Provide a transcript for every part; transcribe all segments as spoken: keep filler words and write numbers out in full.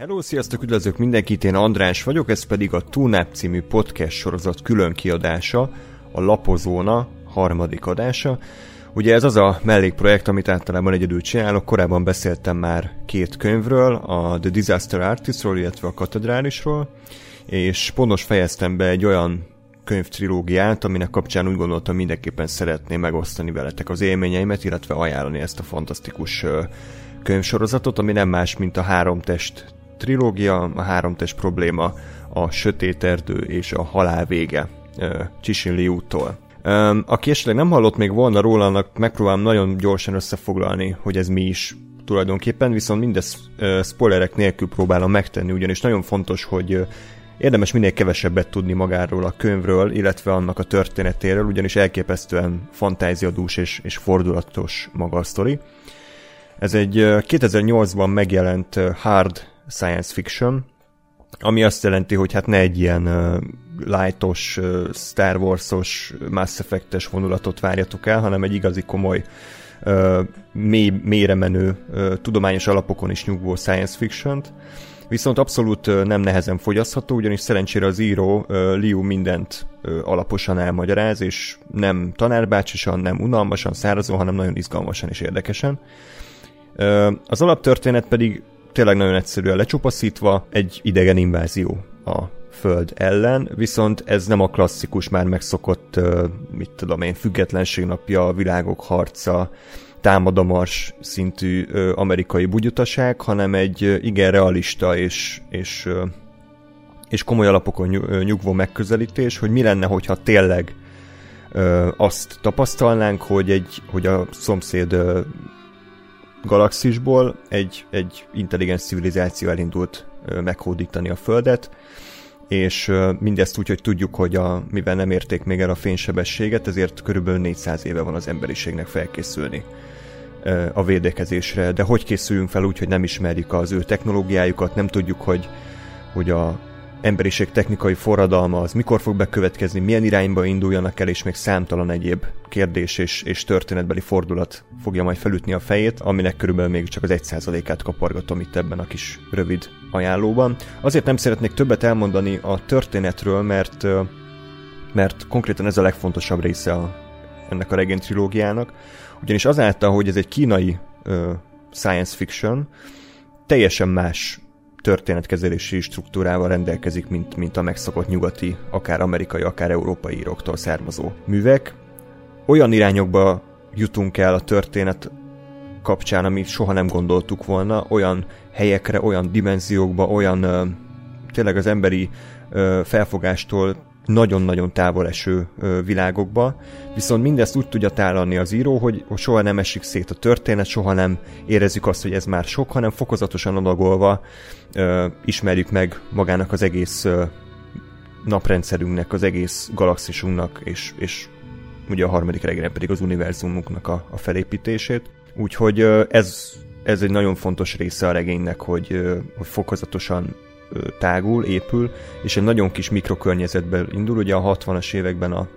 Hello, sziasztok, üdvözlök mindenkit, én András vagyok, ez pedig a Tunap című podcast sorozat külön kiadása, a Lapozóna harmadik adása. Ugye ez az a mellékprojekt, amit általában egyedül csinálok, korábban beszéltem már két könyvről, a The Disaster Artistról, illetve a Katedrálisról, és pont most fejeztem be egy olyan könyvtrilógiát, aminek kapcsán úgy gondoltam, mindenképpen szeretném megosztani veletek az élményeimet, illetve ajánlani ezt a fantasztikus könyvsorozatot, ami nem más, mint a Három test trilógia, a Három test probléma, a Sötét erdő és a Halál vége Cixin Liu-tól. Aki esetleg nem hallott még volna róla, annak megpróbálom nagyon gyorsan összefoglalni, hogy ez mi is tulajdonképpen, viszont mindez spoilerek nélkül próbálom megtenni, ugyanis nagyon fontos, hogy érdemes minél kevesebbet tudni magáról a könyvről, illetve annak a történetéről, ugyanis elképesztően fantáziadús és, és fordulatos maga a sztori. Ez egy kétezer-nyolcban megjelent hard science fiction, ami azt jelenti, hogy hát ne egy ilyen uh, lightos, uh, Star Wars-os, Mass Effect-es vonulatot várjatok el, hanem egy igazi komoly, uh, mély, mélyre menő, uh, tudományos alapokon is nyugvó science fiction-t. Viszont abszolút uh, nem nehezen fogyasztható, ugyanis szerencsére az író uh, Liu mindent uh, alaposan elmagyaráz, és nem tanárbácsisan, nem unalmasan, szárazon, hanem nagyon izgalmasan és érdekesen. Uh, az alaptörténet pedig tényleg nagyon egyszerűen lecsupaszítva egy idegen invázió a Föld ellen, viszont ez nem a klasszikus, már megszokott, mit tudom én, függetlenség napja, világok harca, támadamars szintű amerikai bugyutaság, hanem egy igen realista és, és, és komoly alapokon nyugvó megközelítés, hogy mi lenne, hogyha tényleg azt tapasztalnánk, hogy, egy, hogy a szomszéd galaxisból egy, egy intelligens civilizáció elindult ö, meghódítani a Földet, és ö, mindezt úgy, hogy tudjuk, hogy a, mivel nem érték még el a fénysebességet, ezért körülbelül négyszáz éve van az emberiségnek felkészülni ö, a védekezésre. De hogy készüljünk fel úgy, hogy nem ismerjük az ő technológiájukat, nem tudjuk, hogy, hogy a emberiség technikai forradalma az mikor fog bekövetkezni, milyen irányba induljanak el, és még számtalan egyéb kérdés és, és történetbeli fordulat fogja majd felütni a fejét, aminek körülbelül még csak az egy százalékát kapargatom itt ebben a kis rövid ajánlóban. Azért nem szeretnék többet elmondani a történetről, mert, mert konkrétan ez a legfontosabb része a, ennek a regény trilógiának, ugyanis azáltal, hogy ez egy kínai uh, science fiction, teljesen más történetkezelési struktúrával rendelkezik, mint, mint a megszokott nyugati, akár amerikai, akár európai íróktól származó művek. Olyan irányokba jutunk el a történet kapcsán, amit soha nem gondoltuk volna, olyan helyekre, olyan dimenziókba, olyan uh, tényleg az emberi uh, felfogástól nagyon-nagyon távol eső uh, világokba, viszont mindezt úgy tudja tálalni az író, hogy, hogy soha nem esik szét a történet, soha nem érezzük azt, hogy ez már sok, hanem fokozatosan adagolva uh, ismerjük meg magának az egész uh, naprendszerünknek, az egész galaxisunknak, és, és ugye a harmadik regényben pedig az univerzumunknak a, a felépítését. Úgyhogy uh, ez, ez egy nagyon fontos része a regénynek, hogy, uh, hogy fokozatosan tágul, épül, és egy nagyon kis mikrokörnyezetben indul. Ugye a hatvanas években a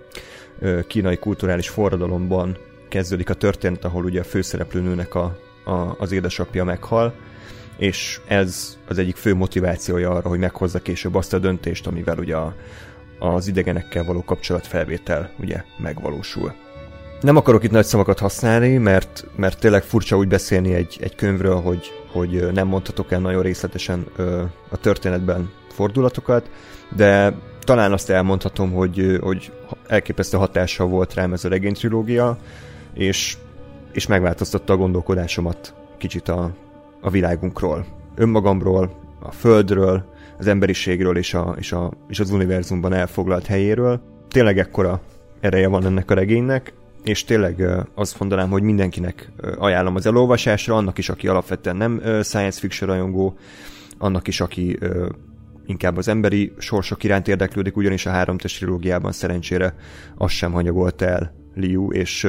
kínai kulturális forradalomban kezdődik a történet, ahol ugye a főszereplőnőnek a, a, az édesapja meghal, és ez az egyik fő motivációja arra, hogy meghozza később azt a döntést, amivel ugye a, az idegenekkel való kapcsolatfelvétel ugye megvalósul. Nem akarok itt nagy szavakat használni, mert, mert tényleg furcsa úgy beszélni egy, egy könyvről, hogy, hogy nem mondhatok el nagyon részletesen ö, a történetben fordulatokat, de talán azt elmondhatom, hogy, hogy elképesztő hatással volt rám ez a regénytrilógia, és, és megváltoztatta a gondolkodásomat kicsit a, a világunkról, önmagamról, a Földről, az emberiségről és, a, és, a, és az univerzumban elfoglalt helyéről. Tényleg ekkora ereje van ennek a regénynek, és tényleg azt mondanám, hogy mindenkinek ajánlom az elolvasásra, annak is, aki alapvetően nem science fiction rajongó, annak is, aki inkább az emberi sorsok iránt érdeklődik, ugyanis a Három test trilógiában szerencsére azt sem hanyagolt el Liu, és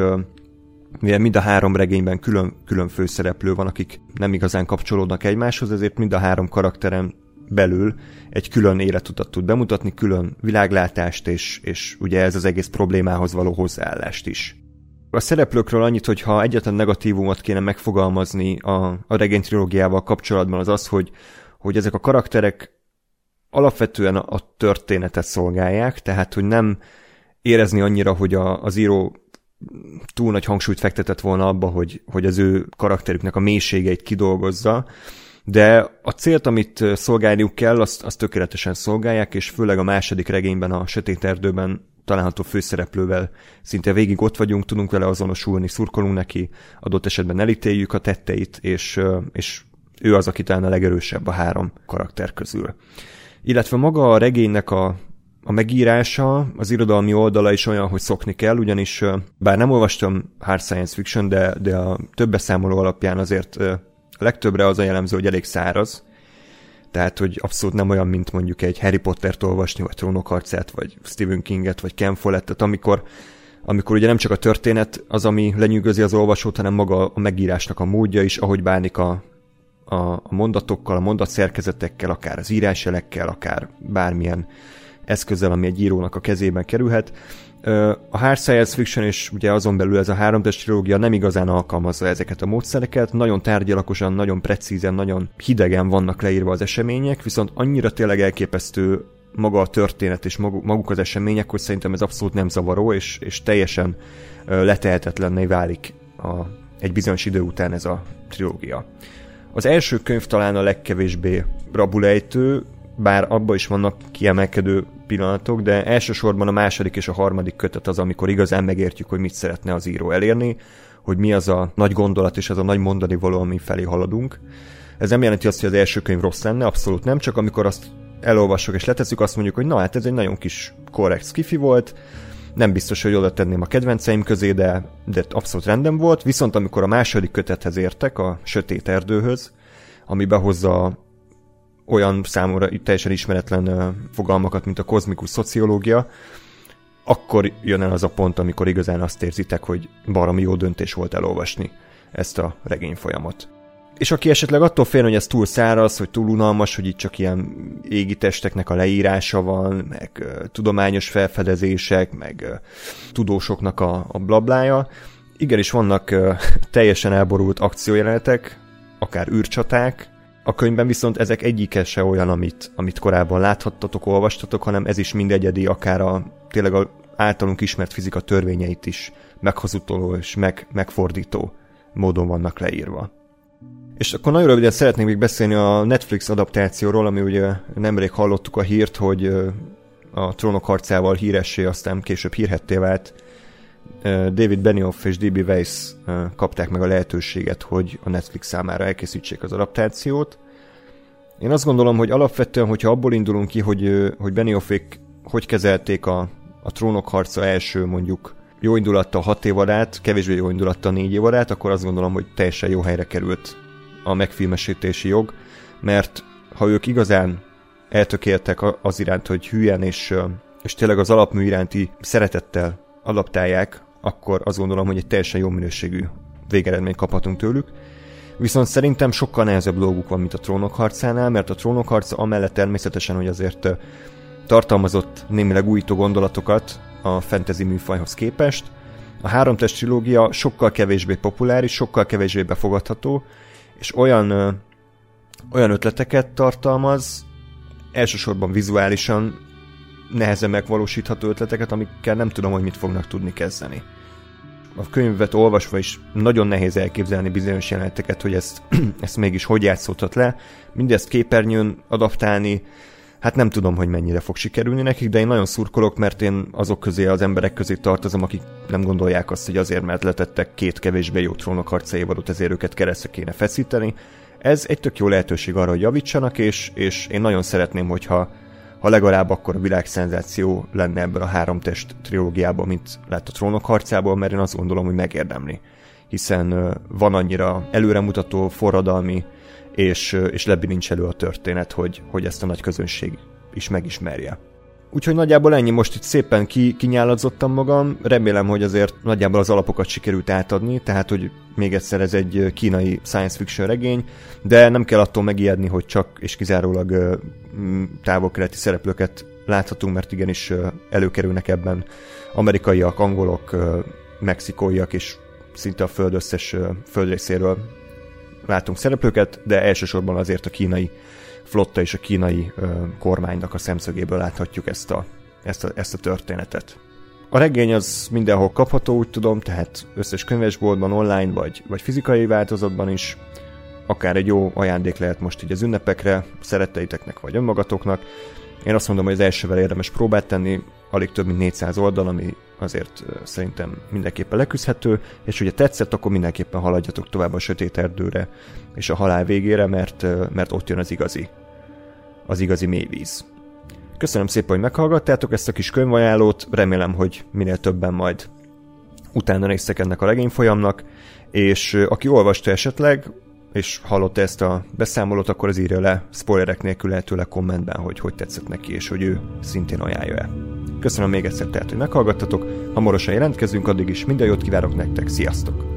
mivel mind a három regényben külön, külön főszereplő van, akik nem igazán kapcsolódnak egymáshoz, ezért mind a három karakteren belül egy külön életutat tud bemutatni, külön világlátást, és, és ugye ez az egész problémához való hozzáállást is. A szereplőkről annyit, hogy ha egyetlen negatívumot kéne megfogalmazni a, a regény trilógiával kapcsolatban, az az, hogy, hogy ezek a karakterek alapvetően a történetet szolgálják, tehát hogy nem érezni annyira, hogy a, az író túl nagy hangsúlyt fektetett volna abba, hogy, hogy az ő karakterüknek a mélységeit kidolgozza, de a célt, amit szolgálniuk kell, azt, azt tökéletesen szolgálják, és főleg a második regényben, a Sötét Erdőben található főszereplővel szinte végig ott vagyunk, tudunk vele azonosulni, szurkolunk neki, adott esetben elítéljük a tetteit, és, és ő az, aki talán a legerősebb a három karakter közül. Illetve maga a regénynek a, a megírása, az irodalmi oldala is olyan, hogy szokni kell, ugyanis bár nem olvastam hard science fiction, de, de a több beszámoló alapján azért a legtöbbre az a jellemző, hogy elég száraz, tehát, hogy abszolút nem olyan, mint mondjuk egy Harry Pottert olvasni, vagy Trónok harcát, vagy Stephen Kinget, vagy Ken Follettet, amikor, amikor ugye nem csak a történet az, ami lenyűgözi az olvasót, hanem maga a megírásnak a módja is, ahogy bánik a, a, a mondatokkal, a mondatszerkezetekkel, akár az írásjelekkel, akár bármilyen eszközzel, ami egy írónak a kezében kerülhet. A hard science fiction és ugye azon belül ez a háromtest trilógia nem igazán alkalmazza ezeket a módszereket, nagyon tárgyalakosan, nagyon precízen, nagyon hidegen vannak leírva az események, viszont annyira tényleg elképesztő maga a történet és maguk az események, hogy szerintem ez abszolút nem zavaró, és, és teljesen letehetetlenné válik a, egy bizonyos idő után ez a trilógia. Az első könyv talán a legkevésbé rabulejtő, bár abban is vannak kiemelkedő pillanatok, de elsősorban a második és a harmadik kötet az, amikor igazán megértjük, hogy mit szeretne az író elérni, hogy mi az a nagy gondolat és az a nagy mondani való, ami felé haladunk. Ez nem jelenti azt, hogy az első könyv rossz lenne, abszolút nem, csak amikor azt elolvassuk és letesszük, azt mondjuk, hogy na hát ez egy nagyon kis korrekt skifi volt, nem biztos, hogy oda tenném a kedvenceim közé, de, de abszolút rendben volt, viszont amikor a második kötethez értek, a Sötét Erdőhöz, ami behozza olyan számomra teljesen ismeretlen fogalmakat, mint a kozmikus szociológia, akkor jön el az a pont, amikor igazán azt érzitek, hogy baromi jó döntés volt elolvasni ezt a regényfolyamot. És aki esetleg attól fél, hogy ez túl száraz, hogy túl unalmas, hogy itt csak ilyen égi testeknek a leírása van, meg uh, tudományos felfedezések, meg uh, tudósoknak a, a blablája, igenis vannak uh, teljesen elborult akciójelenetek, akár űrcsaták. A könyvben viszont ezek egyike se olyan, amit, amit korábban láthattatok, olvastatok, hanem ez is mind egyedi, akár a tényleg a általunk ismert fizika törvényeit is meghazudtoló és meg, megfordító módon vannak leírva. És akkor nagyon röviden szeretnék még beszélni a Netflix adaptációról, ami ugye nemrég hallottuk a hírt, hogy a Trónok harcával híressé, aztán később hírhetté vált David Benioff és dé bé Weiss kapták meg a lehetőséget, hogy a Netflix számára elkészítsék az adaptációt. Én azt gondolom, hogy alapvetően, hogyha abból indulunk ki, hogy, hogy Benioffék hogy kezelték a, a Trónok harca első mondjuk jó indulattal hat évadát, kevésbé jó indulattal négy évadát, akkor azt gondolom, hogy teljesen jó helyre került a megfilmesítési jog, mert ha ők igazán eltökéltek az iránt, hogy hülyen és, és tényleg az alapmű iránti szeretettel adaptálják, akkor azt gondolom, hogy egy teljesen jó minőségű végeredményt kaphatunk tőlük. Viszont szerintem sokkal nehezebb dolguk van, mint a Trónok harcánál, mert a Trónok harca amellett természetesen, hogy azért tartalmazott némileg újító gondolatokat a fantasy műfajhoz képest. A háromtest trilógia sokkal kevésbé populáris, sokkal kevésbé befogadható, és olyan, ö, olyan ötleteket tartalmaz, elsősorban vizuálisan nehezen megvalósítható ötleteket, amikkel nem tudom, hogy mit fognak tudni kezdeni. A könyvet olvasva is nagyon nehéz elképzelni bizonyos jeleneteket, hogy ezt, ezt mégis hogy játszódhat le. Mindezt képernyőn adaptálni, hát nem tudom, hogy mennyire fog sikerülni nekik, de én nagyon szurkolok, mert én azok közé, az emberek közé tartozom, akik nem gondolják azt, hogy azért, mert letettek két kevésbé jó Trónok harca évadot, ezért őket keresztre kéne feszíteni. Ez egy tök jó lehetőség arra, hogy javítsanak, és, és én nagyon szeretném, hogyha ha legalább akkor a világszenzáció lenne ebből a háromtest trilógiában, mint lett a Trónok harcából, mert én azt gondolom, hogy megérdemli. Hiszen van annyira előremutató, forradalmi, és, és lebilincs elő a történet, hogy, hogy ezt a nagy közönség is megismerje. Úgyhogy nagyjából ennyi, most itt szépen ki, kinyáladzottam magam, remélem, hogy azért nagyjából az alapokat sikerült átadni, tehát, hogy még egyszer ez egy kínai science fiction regény, de nem kell attól megijedni, hogy csak és kizárólag távol-keleti szereplőket láthatunk, mert igenis előkerülnek ebben amerikaiak, angolok, mexikóiak, és szinte a föld összes földrészéről látunk szereplőket, de elsősorban azért a kínai flotta és a kínai ö, kormánynak a szemszögéből láthatjuk ezt a, ezt, a, ezt a történetet. A regény az mindenhol kapható, úgy tudom, tehát összes könyvesboltban, online vagy, vagy fizikai változatban is. Akár egy jó ajándék lehet most így az ünnepekre, szeretteiteknek vagy önmagatoknak. Én azt mondom, hogy az elsővel érdemes próbát tenni, alig több mint négyszáz oldal, ami azért szerintem mindenképpen leküzdhető, és hogyha tetszett, akkor mindenképpen haladjatok tovább a Sötét Erdőre és a halál végére, mert, mert ott jön az igazi, az igazi mélyvíz. Köszönöm szépen, hogy meghallgattátok ezt a kis könyvajánlót, remélem, hogy minél többen majd utána néztek ennek a regényfolyamnak, és aki olvasta esetleg, és hallotta ezt a beszámolót, akkor az írja le spoilerek nélkül lehetőleg kommentben, hogy hogy tetszett neki, és hogy ő szintén ajánlja el. Köszönöm még egyszer tehát, hogy meghallgattatok, hamarosan jelentkezünk, addig is minden jót kívánok nektek, sziasztok!